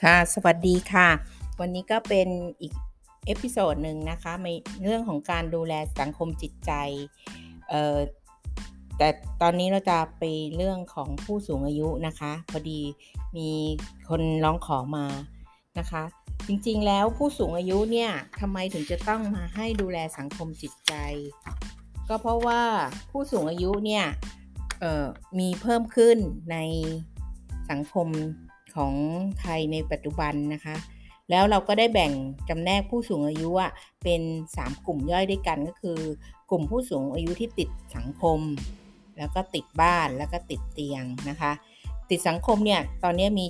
ค่ะสวัสดีค่ะวันนี้ก็เป็นอีกเอพิโซดหนึ่งนะคะในเรื่องของการดูแลสังคมจิตใจเอ่อแต่ตอนนี้เราจะไปเรื่องของผู้สูงอายุนะคะพอดีมีคนร้องขอมานะคะจริงๆแล้วผู้สูงอายุเนี่ยทำไมถึงจะต้องมาให้ดูแลสังคมจิตใจก็เพราะว่าผู้สูงอายุเนี่ยมีเพิ่มขึ้นในสังคมของไทยในปัจจุบันนะคะแล้วเราก็ได้แบ่งจำแนกผู้สูงอายุเป็น3กลุ่มย่อยด้วยกันก็คือกลุ่มผู้สูงอายุที่ติดสังคมแล้วก็ติดบ้านแล้วก็ติดเตียงนะคะติดสังคมเนี่ยตอนนี้มี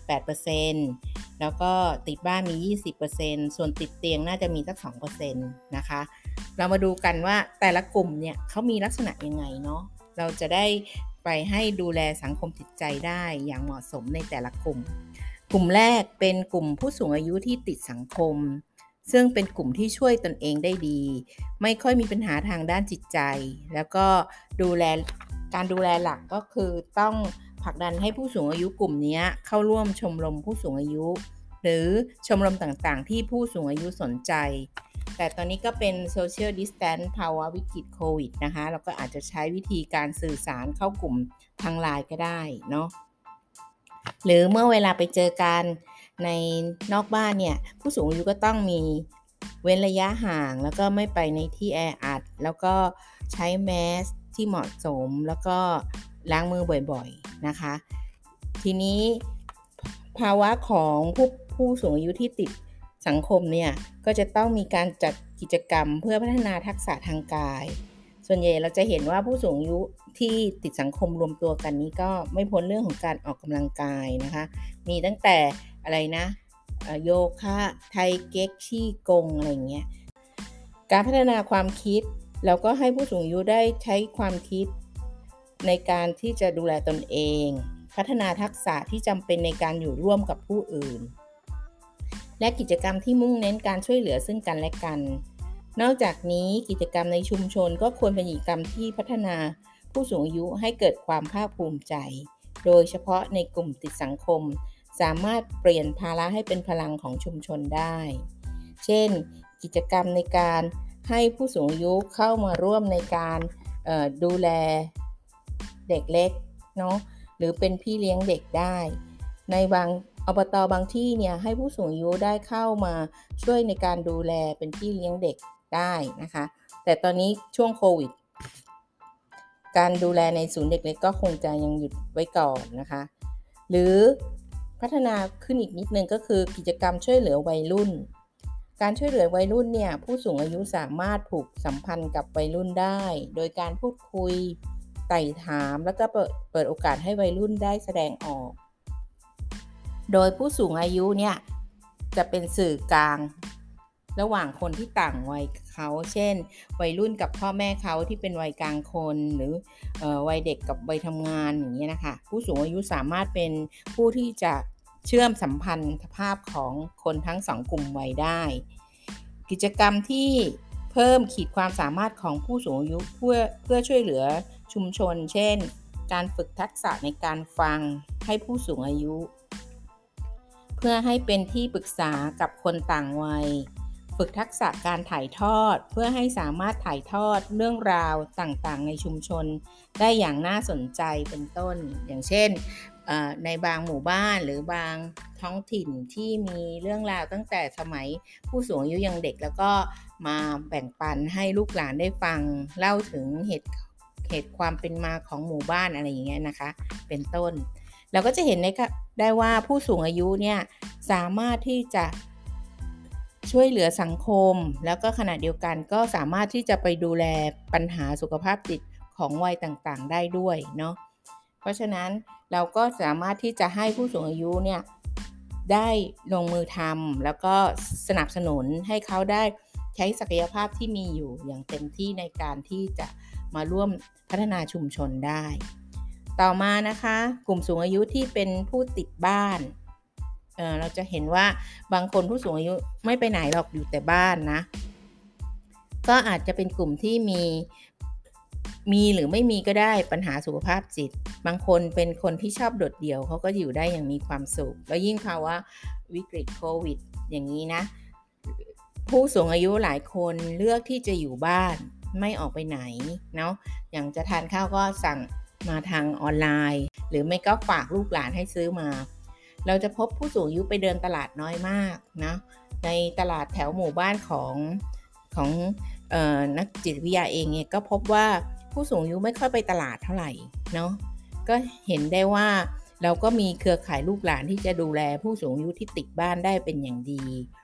78% แล้วก็ติดบ้านมี 20% ส่วนติดเตียงน่าจะมีสัก 2% นะคะเรามาดูกันว่าแต่ละกลุ่มเนี่ยเขามีลักษณะยังไงเนาะเราจะได้ไปให้ดูแลสังคมจิตใจได้อย่างเหมาะสมในแต่ละกลุ่มกลุ่มแรกเป็นกลุ่มผู้สูงอายุที่ติดสังคมซึ่งเป็นกลุ่มที่ช่วยตนเองได้ดีไม่ค่อยมีปัญหาทางด้านจิตใจแล้วก็การดูแลหลักก็คือต้องผลักดันให้ผู้สูงอายุกลุ่มนี้เข้าร่วมชมรมผู้สูงอายุหรือชมรมต่างๆที่ผู้สูงอายุสนใจแต่ตอนนี้ก็เป็น Social Distance ภาวะวิกฤตโควิดนะคะเราก็อาจจะใช้วิธีการสื่อสารเข้ากลุ่มทางไลน์ก็ได้เนาะหรือเมื่อเวลาไปเจอกันในนอกบ้านเนี่ยผู้สูงอายุก็ต้องมีเว้นระยะห่างแล้วก็ไม่ไปในที่แออัดแล้วก็ใช้แมสที่เหมาะสมแล้วก็ล้างมือบ่อยๆนะคะทีนี้ภาวะของผู้สูงอายุที่ติดสังคมเนี่ยก็จะต้องมีการจัดกิจกรรมเพื่อพัฒนาทักษะทางกายส่วนใหญ่เราจะเห็นว่าผู้สูงอายุที่ติดสังคมรวมตัวกันนี้ก็ไม่พ้นเรื่องของการออกกำลังกายนะคะมีตั้งแต่อะไรนะโยคะไทเก๊กชี่กงอะไรอย่างเงี้ยการพัฒนาความคิดแล้วก็ให้ผู้สูงอายุได้ใช้ความคิดในการที่จะดูแลตนเองพัฒนาทักษะที่จำเป็นในการอยู่ร่วมกับผู้อื่นและกิจกรรมที่มุ่งเน้นการช่วยเหลือซึ่งกันและกันนอกจากนี้กิจกรรมในชุมชนก็ควรเป็นกิจกรรมที่พัฒนาผู้สูงอายุให้เกิดความภาคภูมิใจโดยเฉพาะในกลุ่มติดสังคมสามารถเปลี่ยนภาระให้เป็นพลังของชุมชนได้เช่นกิจกรรมในการให้ผู้สูงอายุเข้ามาร่วมในการดูแลเด็กเล็กเนาะหรือเป็นพี่เลี้ยงเด็กได้ในบางอบต.บางที่เนี่ยให้ผู้สูงอายุได้เข้ามาช่วยในการดูแลเป็นพี่เลี้ยงเด็กได้นะคะแต่ตอนนี้ช่วงโควิดการดูแลในศูนย์เด็กเล็กก็คงจะยังหยุดไว้ก่อนนะคะหรือพัฒนาขึ้นอีกนิดนึงก็คือกิจกรรมช่วยเหลือวัยรุ่นการช่วยเหลือวัยรุ่นเนี่ยผู้สูงอายุสามารถผูกสัมพันธ์กับวัยรุ่นได้โดยการพูดคุยไต่ถามแล้วก็เปิดโอกาสให้วัยรุ่นได้แสดงออกโดยผู้สูงอายุเนี่ยจะเป็นสื่อกลางระหว่างคนที่ต่างวัยเขาเช่นวัยรุ่นกับพ่อแม่เขาที่เป็นวัยกลางคนหรือวัยเด็กกับวัยทำงานอย่างนี้นะคะผู้สูงอายุสามารถเป็นผู้ที่จะเชื่อมสัมพันธภาพของคนทั้งสองกลุ่มวัยได้กิจกรรมที่เพิ่มขีดความสามารถของผู้สูงอายุเพื่อช่วยเหลือชุมชนเช่นการฝึกทักษะในการฟังให้ผู้สูงอายุเพื่อให้เป็นที่ปรึกษากับคนต่างวัยฝึกทักษะการถ่ายทอดเพื่อให้สามารถถ่ายทอดเรื่องราวต่างๆในชุมชนได้อย่างน่าสนใจเป็นต้นอย่างเช่นในบางหมู่บ้านหรือบางท้องถิ่นที่มีเรื่องราวตั้งแต่สมัยผู้สูงอายุยังเด็กแล้วก็มาแบ่งปันให้ลูกหลานได้ฟังเล่าถึงเหตุความเป็นมาของหมู่บ้านอะไรอย่างเงี้ยนะคะเป็นต้นเราก็จะเห็นได้ว่าผู้สูงอายุเนี่ยสามารถที่จะช่วยเหลือสังคมแล้วก็ขณะเดียวกันก็สามารถที่จะไปดูแลปัญหาสุขภาพจิตของวัยต่างๆได้ด้วยเนาะเพราะฉะนั้นเราก็สามารถที่จะให้ผู้สูงอายุเนี่ยได้ลงมือทำแล้วก็สนับสนุนให้เขาได้ใช้ศักยภาพที่มีอยู่อย่างเต็มที่ในการที่จะมาร่วมพัฒนาชุมชนได้ต่อมานะคะกลุ่มสูงอายุที่เป็นผู้ติดบ้านเราจะเห็นว่าบางคนผู้สูงอายุไม่ไปไหนหรอกอยู่แต่บ้านนะก็อาจจะเป็นกลุ่มที่มีหรือไม่มีก็ได้ปัญหาสุขภาพจิตบางคนเป็นคนที่ชอบโดดเดี่ยวเขาก็อยู่ได้อย่างมีความสุขแล้วยิ่งภาวะวิกฤตโควิดอย่างนี้นะผู้สูงอายุหลายคนเลือกที่จะอยู่บ้านไม่ออกไปไหนเนาะอย่างจะทานข้าวก็สั่งมาทางออนไลน์หรือไม่ก็ฝากลูกหลานให้ซื้อมาเราจะพบผู้สูงอายุไปเดินตลาดน้อยมากนะในตลาดแถวหมู่บ้านของนักจิตวิทยาเองเนี่ยก็พบว่าผู้สูงอายุไม่ค่อยไปตลาดเท่าไหร่เนาะก็เห็นได้ว่าเราก็มีเครือข่ายลูกหลานที่จะดูแลผู้สูงอายุที่ติดบ้านได้เป็นอย่างดี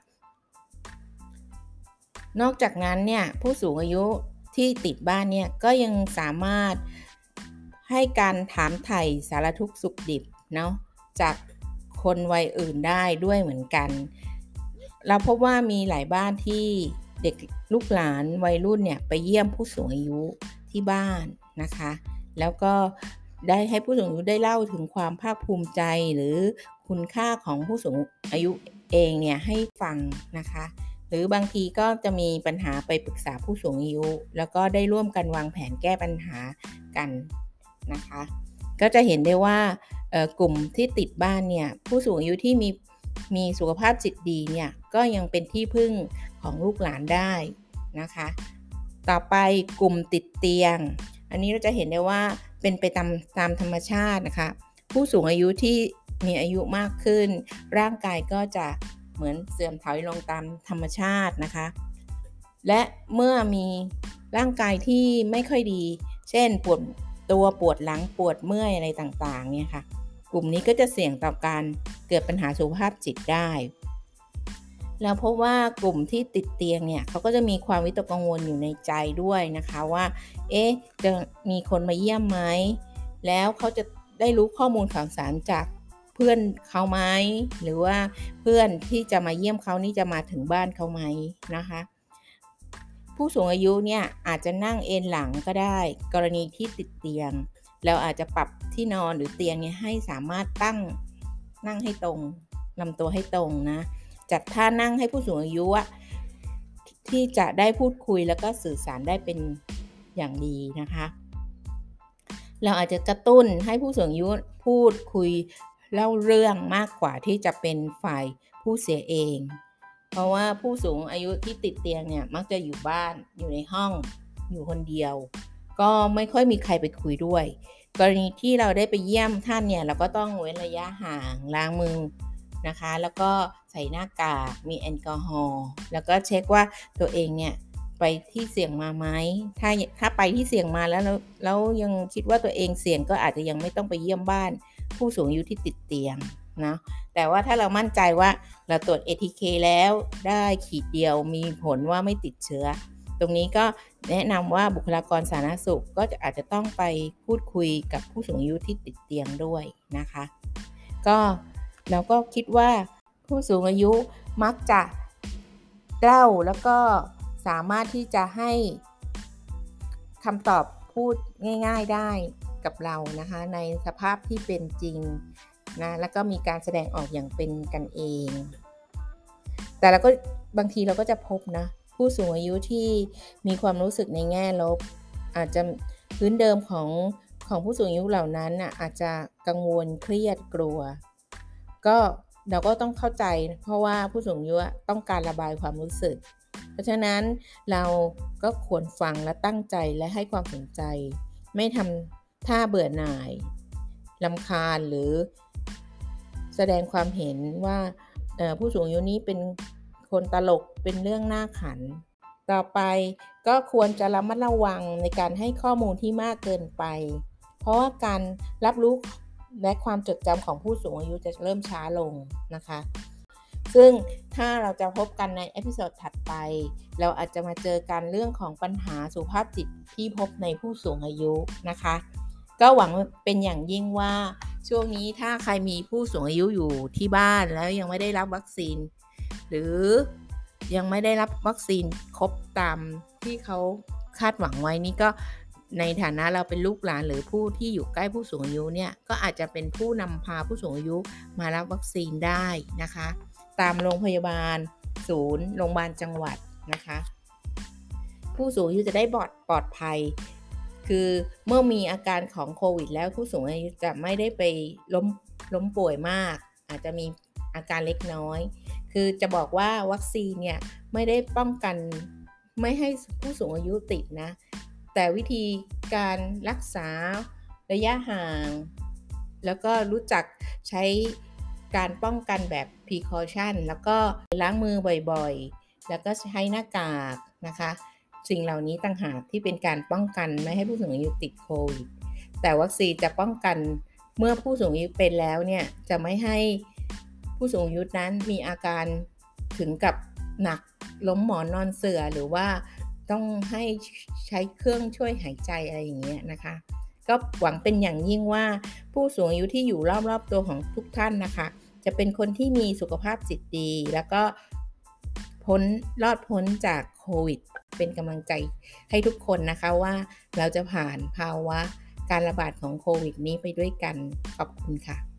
นอกจากนั้นเนี่ยผู้สูงอายุที่ติดบ้านเนี่ยก็ยังสามารถให้การถามไถ่สารทุกข์สุขดิบเนาะจากคนวัยอื่นได้ด้วยเหมือนกันเราพบว่ามีหลายบ้านที่เด็กลูกหลานวัยรุ่นเนี่ยไปเยี่ยมผู้สูงอายุที่บ้านนะคะแล้วก็ได้ให้ผู้สูงอายุได้เล่าถึงความภาคภูมิใจหรือคุณค่าของผู้สูงอายุเองเนี่ยให้ฟังนะคะหรือบางทีก็จะมีปัญหาไปปรึกษาผู้สูงอายุแล้วก็ได้ร่วมกันวางแผนแก้ปัญหากันนะคะก็จะเห็นได้ว่ากลุ่มที่ติดบ้านเนี่ยผู้สูงอายุที่มีสุขภาพจิตดีเนี่ยก็ยังเป็นที่พึ่งของลูกหลานได้นะคะต่อไปกลุ่มติดเตียงอันนี้เราจะเห็นได้ว่าเป็นไปตามธรรมชาตินะคะผู้สูงอายุที่มีอายุมากขึ้นร่างกายก็จะเหมือนเสื่อมถอยลงตามธรรมชาตินะคะและเมื่อมีร่างกายที่ไม่ค่อยดีเช่นปวดตัวปวดหลังปวดเมื่อยอะไรต่างๆเนี่ยค่ะกลุ่มนี้ก็จะเสี่ยงต่อการเกิดปัญหาสุขภาพจิตได้แล้วพบว่ากลุ่มที่ติดเตียงเนี่ยเขาก็จะมีความวิตกกังวลอยู่ในใจด้วยนะคะว่าจะมีคนมาเยี่ยมไหมแล้วเขาจะได้รู้ข้อมูลข่าวสารจากเพื่อนเขาไหมหรือว่าเพื่อนที่จะมาเยี่ยมเขานี่จะมาถึงบ้านเขาไหมนะคะผู้สูงอายุเนี่ยอาจจะนั่งเอนหลังก็ได้กรณีที่ติดเตียงแล้วอาจจะปรับที่นอนหรือเตียงเนี่ยให้สามารถนั่งให้ตรงลำตัวให้ตรงนะจัดท่านั่งให้ผู้สูงอายุที่จะได้พูดคุยแล้วก็สื่อสารได้เป็นอย่างดีนะคะเราอาจจะกระตุ้นให้ผู้สูงอายุพูดคุยเล่าเรื่องมากกว่าที่จะเป็นฝ่ายผู้เสียเองเพราะว่าผู้สูงอายุที่ติดเตียงเนี่ยมักจะอยู่บ้านอยู่ในห้องอยู่คนเดียวก็ไม่ค่อยมีใครไปคุยด้วยกรณีที่เราได้ไปเยี่ยมท่านเนี่ยเราก็ต้องเว้นระยะห่างล้างมือนะคะแล้วก็ใส่หน้ากากมีแอลกอฮอล์แล้วก็เช็คว่าตัวเองเนี่ยไปที่เสี่ยงมาไหมถ้าไปที่เสี่ยงมาแล้วยังคิดว่าตัวเองเสี่ยงก็อาจจะยังไม่ต้องไปเยี่ยมบ้านผู้สูงอายุที่ติดเตียงนะแต่ว่าถ้าเรามั่นใจว่าเราตรวจ ATK แล้วได้ขีดเดียวมีผลว่าไม่ติดเชื้อตรงนี้ก็แนะนำว่าบุคลากรสาธารณสุขก็อาจจะต้องไปพูดคุยกับผู้สูงอายุที่ติดเตียงด้วยนะคะก็เราก็คิดว่าผู้สูงอายุมักจะเล่าแล้วก็สามารถที่จะให้คำตอบพูดง่ายๆได้กับเรานะคะในสภาพที่เป็นจริงนะแล้วก็มีการแสดงออกอย่างเป็นกันเองแต่เราก็บางทีเราก็จะพบนะผู้สูงอายุที่มีความรู้สึกในแง่ลบอาจจะพื้นเดิมของผู้สูงอายุเหล่านั้นน่ะอาจจะกังวลเครียดกลัวก็เราก็ต้องเข้าใจเพราะว่าผู้สูงอายุต้องการระบายความรู้สึกเพราะฉะนั้นเราก็ควรฟังและตั้งใจและให้ความสนใจไม่ทำท่าเบื่อหน่ายรำคาญหรือแสดงความเห็นว่าผู้สูงอายุนี้เป็นคนตลกเป็นเรื่องน่าขันต่อไปก็ควรจะระมัดระวังในการให้ข้อมูลที่มากเกินไปเพราะว่าการรับรู้และความจดจำของผู้สูงอายุจะเริ่มช้าลงนะคะซึ่งถ้าเราจะพบกันในเอพิโซดถัดไปเราอาจจะมาเจอกันเรื่องของปัญหาสุขภาพจิตที่พบในผู้สูงอายุนะคะก็หวังเป็นอย่างยิ่งว่าช่วงนี้ถ้าใครมีผู้สูงอายุอยู่ที่บ้านแล้วยังไม่ได้รับวัคซีนหรือยังไม่ได้รับวัคซีนครบตามที่เขาคาดหวังไว้นี่ก็ในฐานะเราเป็นลูกหลานหรือผู้ที่อยู่ใกล้ผู้สูงอายุเนี่ยก็อาจจะเป็นผู้นำพาผู้สูงอายุมารับวัคซีนได้นะคะตามโรงพยาบาลศูนย์โรงพยาบาลจังหวัดนะคะผู้สูงอายุจะได้ปลอดภัยคือเมื่อมีอาการของโควิดแล้วผู้สูงอายุจะไม่ได้ไปล้มป่วยมากอาจจะมีอาการเล็กน้อยคือจะบอกว่าวัคซีนเนี่ยไม่ได้ป้องกันไม่ให้ผู้สูงอายุติดนะแต่วิธีการรักษาระยะห่างแล้วก็รู้จักใช้การป้องกันแบบ precaution แล้วก็ล้างมือบ่อยๆแล้วก็ใช้หน้ากากนะคะสิ่งเหล่านี้ต่างหากที่เป็นการป้องกันไม่ให้ผู้สูงอายุติดโควิดแต่วัคซีนจะป้องกันเมื่อผู้สูงอายุเป็นแล้วเนี่ยจะไม่ให้ผู้สูงอายุนั้นมีอาการถึงกับหนักล้มหมอนนอนเสื่อหรือว่าต้องให้ใช้เครื่องช่วยหายใจอะไรอย่างเงี้ยนะคะก็หวังเป็นอย่างยิ่งว่าผู้สูงอายุที่อยู่รอบๆตัวของทุกท่านนะคะจะเป็นคนที่มีสุขภาพจิตดีแล้วก็รอดพ้นจากโควิดเป็นกำลังใจให้ทุกคนนะคะว่าเราจะผ่านภาวะการระบาดของโควิดนี้ไปด้วยกันขอบคุณค่ะ